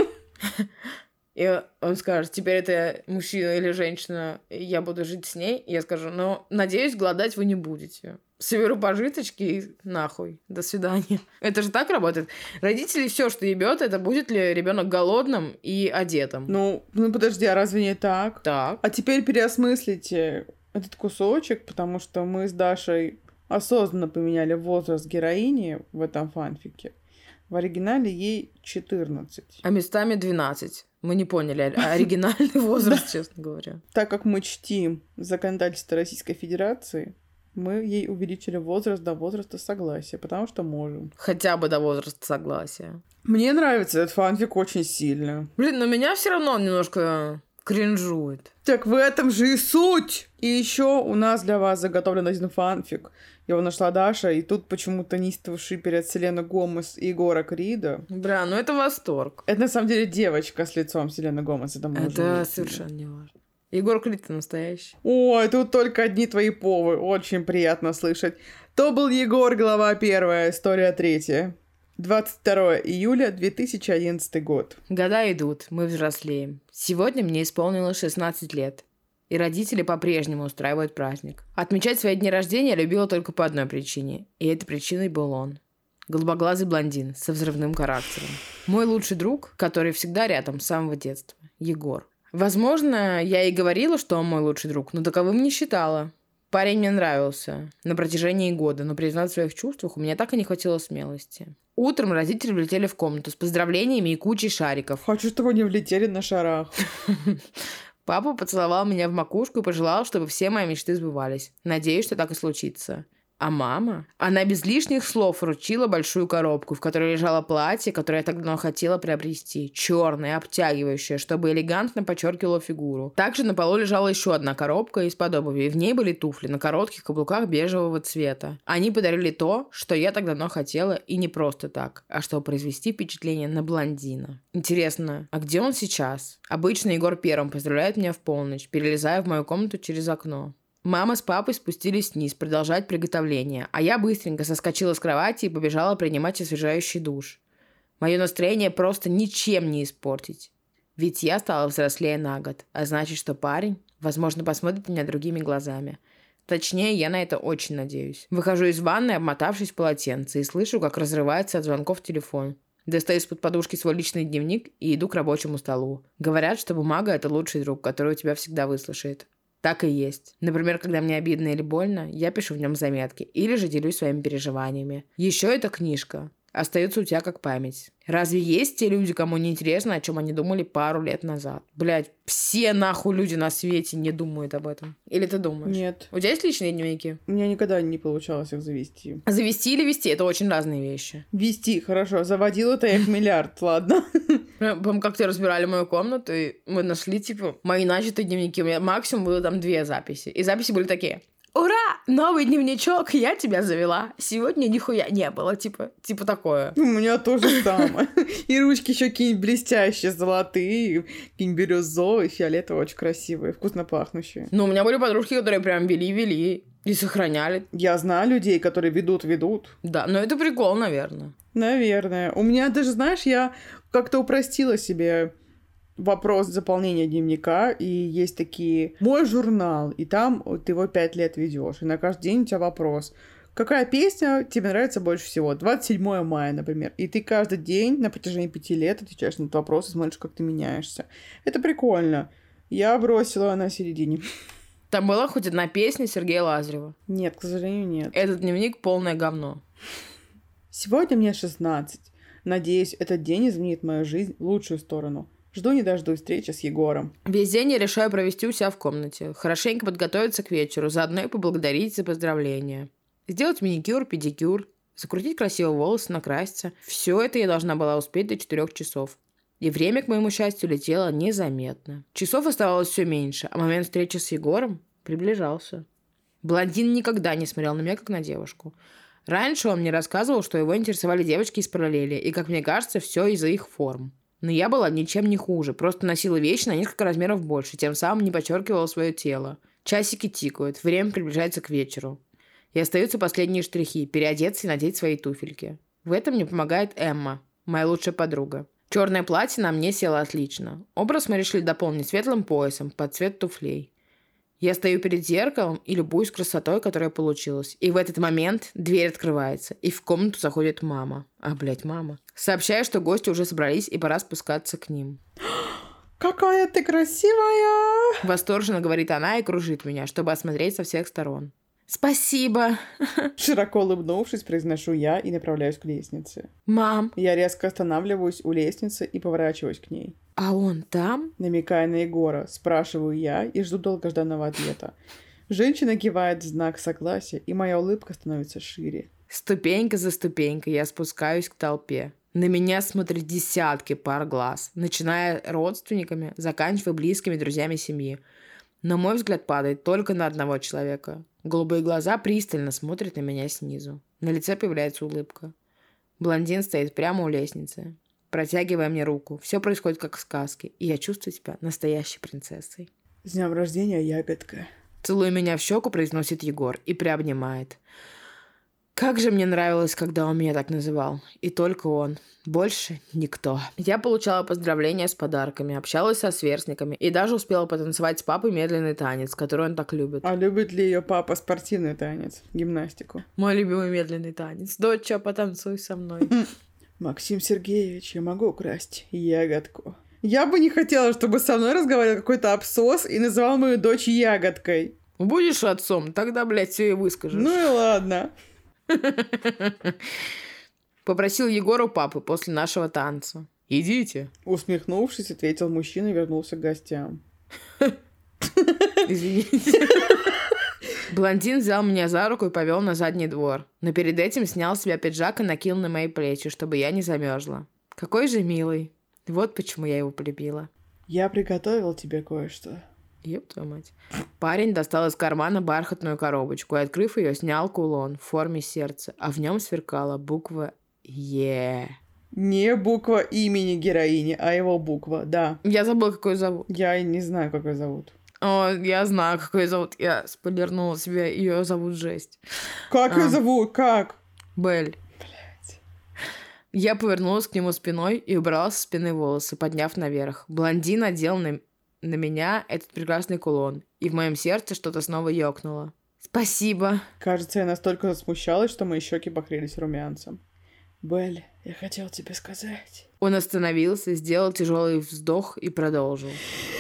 и он скажет: теперь это мужчина или женщина, я буду жить с ней, я скажу: ну, надеюсь, голодать вы не будете. Соберу пожиточки и нахуй. До свидания. Это же так работает. Родители все, что ебет, это будет ли ребенок голодным и одетым. Ну, подожди, а разве не так? Так. А теперь переосмыслите этот кусочек, потому что мы с Дашей осознанно поменяли возраст героини в этом фанфике. В оригинале ей 14. А местами 12. Мы не поняли оригинальный возраст, честно говоря. Так как мы чтим законодательство Российской Федерации, мы ей увеличили возраст до возраста согласия, потому что можем. Хотя бы до возраста согласия. Мне нравится этот фанфик очень сильно. Блин, но меня все равно он немножко кринжует. Так в этом же и суть! И еще у нас для вас заготовлен один фанфик. Его нашла Даша, и тут почему-то неистовавший перед Селеной Гомес и Егора Крида. Бля, ну это восторг. Это на самом деле девочка с лицом Селены Гомес. Это совершенно не важно. Егор Крид-то настоящий. Ой, тут только одни твои повы. Очень приятно слышать. То был Егор, глава 1, история 3. 22 июля 2011 год. Года идут, мы взрослеем. Сегодня мне исполнилось 16 лет. И родители по-прежнему устраивают праздник. Отмечать свои дни рождения я любила только по одной причине. И этой причиной был он. Голубоглазый блондин со взрывным характером. Мой лучший друг, который всегда рядом с самого детства. Егор. Возможно, я и говорила, что он мой лучший друг, но таковым не считала. Парень мне нравился на протяжении года, но признать в своих чувствах у меня так и не хватило смелости. Утром родители влетели в комнату с поздравлениями и кучей шариков. Хочу, чтобы они влетели на шарах. Папа поцеловал меня в макушку и пожелал, чтобы все мои мечты сбывались. Надеюсь, что так и случится. А мама? Она без лишних слов вручила большую коробку, в которой лежало платье, которое я так давно хотела приобрести. Черное, обтягивающее, чтобы элегантно подчеркивало фигуру. Также на полу лежала еще одна коробка из-под обуви, и в ней были туфли на коротких каблуках бежевого цвета. Они подарили то, что я так давно хотела, и не просто так, а чтобы произвести впечатление на блондина. Интересно, а где он сейчас? Обычно Егор первым поздравляет меня в полночь, перелезая в мою комнату через окно. Мама с папой спустились вниз продолжать приготовление, а я быстренько соскочила с кровати и побежала принимать освежающий душ. Мое настроение просто ничем не испортить. Ведь я стала взрослее на год, а значит, что парень, возможно, посмотрит на меня другими глазами. Точнее, я на это очень надеюсь. Выхожу из ванной, обмотавшись в полотенце, и слышу, как разрывается от звонков телефон. Достаю из-под подушки свой личный дневник и иду к рабочему столу. Говорят, что бумага – это лучший друг, который тебя всегда выслушает. Так и есть. Например, когда мне обидно или больно, я пишу в нем заметки или же делюсь своими переживаниями. Еще эта книжка остается у тебя как память. Разве есть те люди, кому не интересно, о чем они думали пару лет назад? Блять, все нахуй люди на свете не думают об этом. Или ты думаешь? Нет. У тебя есть личные дневники? У меня никогда не получалось их завести. Завести или вести? Это очень разные вещи. Вести, хорошо. Заводила-то я их миллиард, ладно. Помню, как-то разбирали мою комнату, и мы нашли, типа, мои начатые дневники. У меня максимум было там 2 записи. И записи были такие: «Ура! Новый дневничок! Я тебя завела! Сегодня нихуя не было!» Типа такое. У меня тоже самое. И ручки еще какие-нибудь блестящие, золотые, какие-нибудь бирюзовые, фиолетовые, очень красивые, вкусно пахнущие. Ну, у меня были подружки, которые прям вели и сохраняли. Я знаю людей, которые ведут. Да, но это прикол, наверное. Наверное. У меня даже, знаешь, я как-то упростила себе вопрос заполнения дневника, и есть такие «Мой журнал», и там ты его 5 лет ведешь, и на каждый день у тебя вопрос: какая песня тебе нравится больше всего? 27 мая, например. И ты каждый день на протяжении 5 лет отвечаешь на этот вопрос и смотришь, как ты меняешься. Это прикольно. Я бросила на середине. Там была хоть одна песня Сергея Лазарева? Нет, к сожалению, нет. Этот дневник полное говно. Сегодня мне 16. Надеюсь, этот день изменит мою жизнь в лучшую сторону. Жду не дождусь встречи с Егором. Весь день я решаю провести у себя в комнате. Хорошенько подготовиться к вечеру, заодно и поблагодарить за поздравления. Сделать маникюр, педикюр, закрутить красиво волосы, накраситься. Все это я должна была успеть до 4 часов. И время, к моему счастью, летело незаметно. Часов оставалось все меньше, а момент встречи с Егором приближался. Блондин никогда не смотрел на меня, как на девушку. Раньше он мне рассказывал, что его интересовали девочки из параллели, и, как мне кажется, все из-за их форм. Но я была ничем не хуже, просто носила вещи на несколько размеров больше, тем самым не подчеркивала свое тело. Часики тикают, время приближается к вечеру. И остаются последние штрихи – переодеться и надеть свои туфельки. В этом мне помогает Эмма, моя лучшая подруга. Черное платье на мне село отлично. Образ мы решили дополнить светлым поясом под цвет туфлей. Я стою перед зеркалом и любуюсь красотой, которая получилась. И в этот момент дверь открывается, и в комнату заходит мама. Мама. Сообщаю, что гости уже собрались, и пора спускаться к ним. «Какая ты красивая!» Восторженно говорит она и кружит меня, чтобы осмотреть со всех сторон. «Спасибо!» Широко улыбнувшись, произношу я и направляюсь к лестнице. «Мам!» Я резко останавливаюсь у лестницы и поворачиваюсь к ней. «А он там?» Намекая на Егора, спрашиваю я и жду долгожданного ответа. Женщина кивает в знак согласия, и моя улыбка становится шире. Ступенька за ступенькой я спускаюсь к толпе. На меня смотрят десятки пар глаз, начиная родственниками, заканчивая близкими друзьями семьи. Но мой взгляд падает только на одного человека. Голубые глаза пристально смотрят на меня снизу. На лице появляется улыбка. Блондин стоит прямо у лестницы, протягивая мне руку. Все происходит как в сказке, и я чувствую себя настоящей принцессой. «С днем рождения, ягодка!» Целуя меня в щеку, произносит Егор и приобнимает. Как же мне нравилось, когда он меня так называл. И только он. Больше никто. Я получала поздравления с подарками, общалась со сверстниками и даже успела потанцевать с папой медленный танец, который он так любит. А любит ли ее папа спортивный танец, гимнастику? Мой любимый медленный танец. Доча, потанцуй со мной. Максим Сергеевич, я могу украсть ягодку? Я бы не хотела, чтобы со мной разговаривал какой-то абсос и называл мою дочь ягодкой. Будешь отцом, тогда, блядь, все и выскажешь. Ну и ладно. Попросил Егор у папы после нашего танца. Идите. Усмехнувшись, ответил мужчина и вернулся к гостям. Извините. Блондин взял меня за руку и повел на задний двор. Но перед этим снял с себя пиджак и накинул на мои плечи, чтобы я не замерзла. Какой же милый. Вот почему я его полюбила. Я приготовил тебе кое-что. Ёб твою мать. Парень достал из кармана бархатную коробочку и, открыв ее, снял кулон в форме сердца, а в нем сверкала буква «Е». Не буква имени героини, а его буква, да. Я забыла, как ее зовут. Я и не знаю, как ее зовут. О, я знаю, как ее зовут. Я спойлернула себе. Ее зовут жесть. Как ее зовут? Как? Белль. Блядь. Я повернулась к нему спиной и убрала со спины волосы, подняв наверх. Блондин надел на меня этот прекрасный кулон, и в моем сердце что-то снова ёкнуло. Спасибо. Кажется, я настолько засмущалась, что мои щеки покрылись румянцем. Белль, я хотел тебе сказать. Он остановился, сделал тяжелый вздох и продолжил.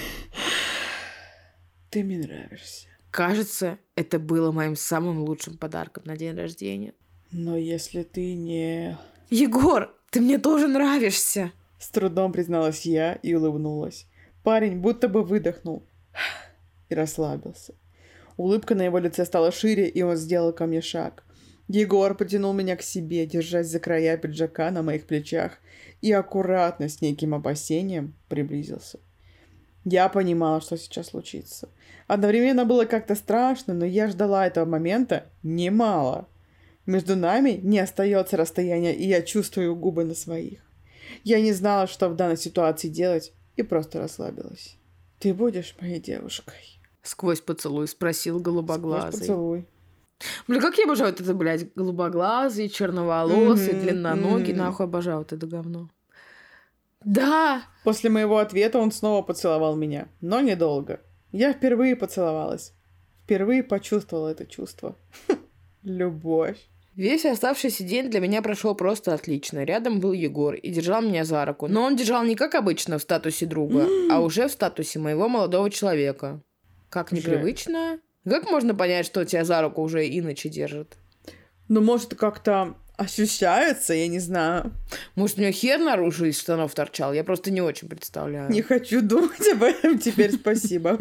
Ты мне нравишься. Кажется, это было моим самым лучшим подарком на день рождения. Но если ты не... Егор, ты мне тоже нравишься. С трудом призналась я и улыбнулась. Парень будто бы выдохнул и расслабился. Улыбка на его лице стала шире, и он сделал ко мне шаг. Егор потянул меня к себе, держась за края пиджака на моих плечах, и аккуратно, с неким опасением, приблизился. Я понимала, что сейчас случится. Одновременно было как-то страшно, но я ждала этого момента немало. Между нами не остается расстояния, и я чувствую губы на своих. Я не знала, что в данной ситуации делать, и просто расслабилась. «Ты будешь моей девушкой?» Сквозь поцелуй спросил голубоглазый. Сквозь поцелуй. Бля, как я обожаю вот это, блядь, голубоглазый, черноволосый, длинноногий. Нахуй обожаю вот это говно. Да! После моего ответа он снова поцеловал меня, но недолго. Я впервые поцеловалась. Впервые почувствовала это чувство. Любовь. Весь оставшийся день для меня прошел просто отлично. Рядом был Егор и держал меня за руку. Но он держал не как обычно в статусе друга, а уже в статусе моего молодого человека. Как непривычно. Как можно понять, что тебя за руку уже иначе держат? Ну, может, как-то ощущается, я не знаю. Может, у него хер наружу из штанов торчал? Я просто не очень представляю. Не хочу думать об этом теперь, спасибо.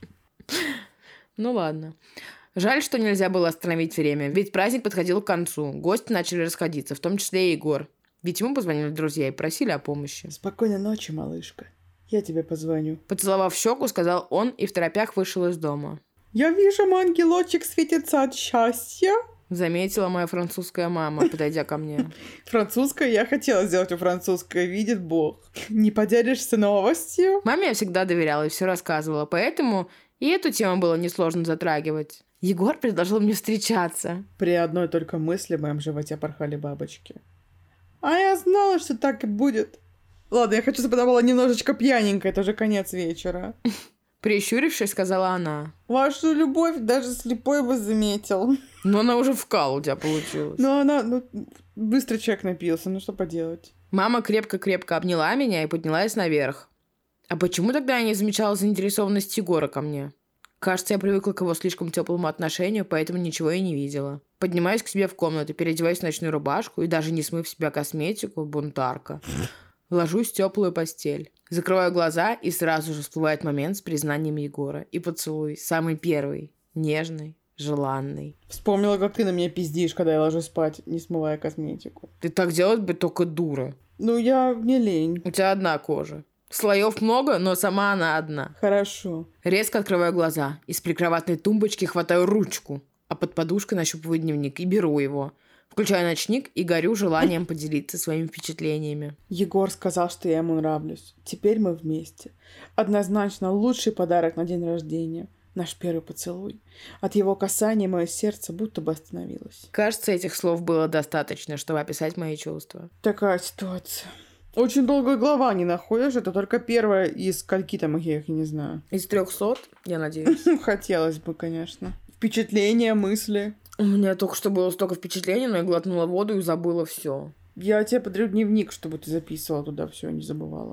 Ну ладно. Жаль, что нельзя было остановить время, ведь праздник подходил к концу. Гости начали расходиться, в том числе и Егор. Ведь ему позвонили друзья и просили о помощи. Спокойной ночи, малышка. Я тебе позвоню. Поцеловав щеку, сказал он и в торопях вышел из дома. Я вижу, мой ангелочек светится от счастья. Заметила моя французская мама, подойдя ко мне. Французская? Я хотела сделать у французской, видит Бог. Не поделишься новостью? Маме я всегда доверяла и все рассказывала, поэтому и эту тему было несложно затрагивать. Егор предложил мне встречаться. При одной только мысли в моем животе порхали бабочки. А я знала, что так и будет. Ладно, я хочу, чтобы она была немножечко пьяненькая, это уже конец вечера. Прищурившись, сказала она. Вашу любовь даже слепой бы заметил. Но она уже вкал у тебя получилась. Но она... быстро человек напился, ну что поделать. Мама крепко-крепко обняла меня и поднялась наверх. А почему тогда я не замечала заинтересованность Егора ко мне? Кажется, я привыкла к его слишком теплому отношению, поэтому ничего и не видела. Поднимаюсь к себе в комнату, переодеваюсь в ночную рубашку и даже не смыв с себя косметику, бунтарка. Ложусь в теплую постель. Закрываю глаза, и сразу же всплывает момент с признанием Егора. И поцелуй. Самый первый. Нежный, желанный. Вспомнила, как ты на меня пиздишь, когда я ложусь спать, не смывая косметику. Ты так делать бы только дура. Ну, я не лень. У тебя одна кожа. Слоев много, но сама она одна. Хорошо. Резко открываю глаза. Из прикроватной тумбочки хватаю ручку, а под подушкой нащупываю дневник и беру его. Включаю ночник и горю желанием поделиться своими впечатлениями. Егор сказал, что я ему нравлюсь. Теперь мы вместе. Однозначно лучший подарок на день рождения. Наш первый поцелуй. От его касания мое сердце будто бы остановилось. Кажется, этих слов было достаточно, чтобы описать мои чувства. Такая ситуация. Очень долгая глава не находишь. Это только первая из скольки там я их не знаю. Из 300, я надеюсь. Хотелось бы, конечно. Впечатления, мысли. У меня только что было столько впечатлений, но я глотнула воду и забыла все. Я тебе подарю дневник, чтобы ты записывала туда все, не забывала.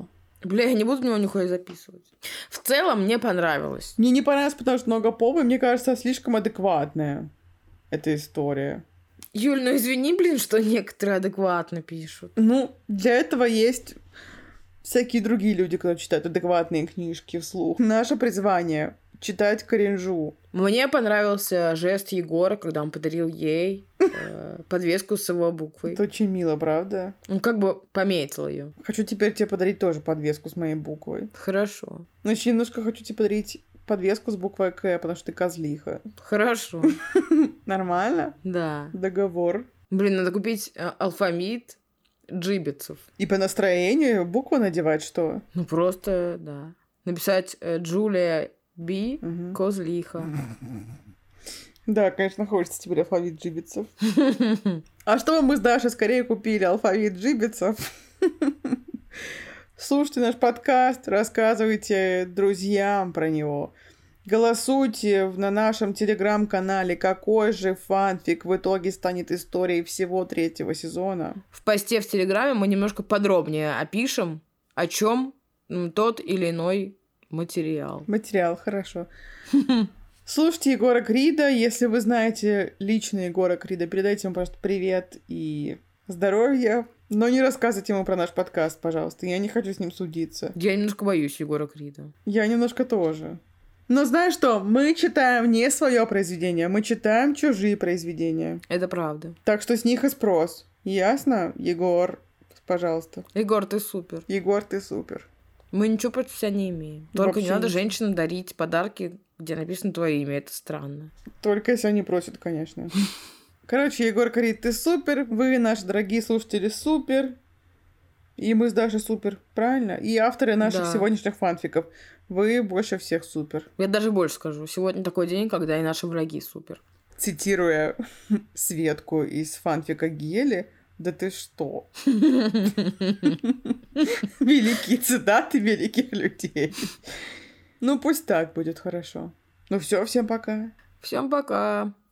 Бля, я не буду в него нихуя записывать. В целом мне понравилось. Мне не понравилось, потому что много пола, и мне кажется, слишком адекватная эта история. Юль, ну извини, блин, что некоторые адекватно пишут. Ну, для этого есть всякие другие люди, которые читают адекватные книжки вслух. Наше призвание — читать кринжу. Мне понравился жест Егора, когда он подарил ей подвеску с его буквой. Это очень мило, правда? Он как бы пометил ее. Хочу теперь тебе подарить тоже подвеску с моей буквой. Хорошо. Но еще немножко хочу тебе подарить подвеску с буквой К, потому что ты козлиха. Хорошо. Нормально? Да. Договор. Блин, надо купить алфавит джибицев. И по настроению букву надевать что? Ну просто, да. Написать Джулия Би Козлиха. Да, конечно, хочется теперь алфавит джибицев. А чтобы мы с Дашей скорее купили алфавит джибицев, слушайте наш подкаст, рассказывайте друзьям про него. Голосуйте на нашем телеграм-канале, какой же фанфик в итоге станет историей всего 3-го сезона. В посте в Телеграме мы немножко подробнее опишем, о чем тот или иной материал. Материал, хорошо. Слушайте Егора Крида. Если вы знаете лично Егора Крида, передайте ему просто привет и здоровья. Но не рассказывайте ему про наш подкаст, пожалуйста. Я не хочу с ним судиться. Я немножко боюсь Егора Крида. Я немножко тоже. Но знаешь что? Мы читаем не свое произведение, мы читаем чужие произведения. Это правда. Так что с них и спрос. Ясно, Егор? Пожалуйста. Егор, ты супер. Егор, ты супер. Мы ничего против тебя не имеем. Только Вообще не надо ничего. женщинам дарить подарки, где написано твое имя. Это странно. Только если они просят, конечно. Короче, Егор Крид, ты супер. Вы, наши дорогие слушатели, супер. И мы с Дашей супер, правильно? И авторы наших Да. сегодняшних фанфиков. Вы больше всех супер. Я даже больше скажу. Сегодня такой день, когда и наши враги супер. Цитируя Светку из фанфика Гели, да ты что? Великие цитаты великих людей. Ну, пусть так будет хорошо. Ну все, всем пока. Всем пока.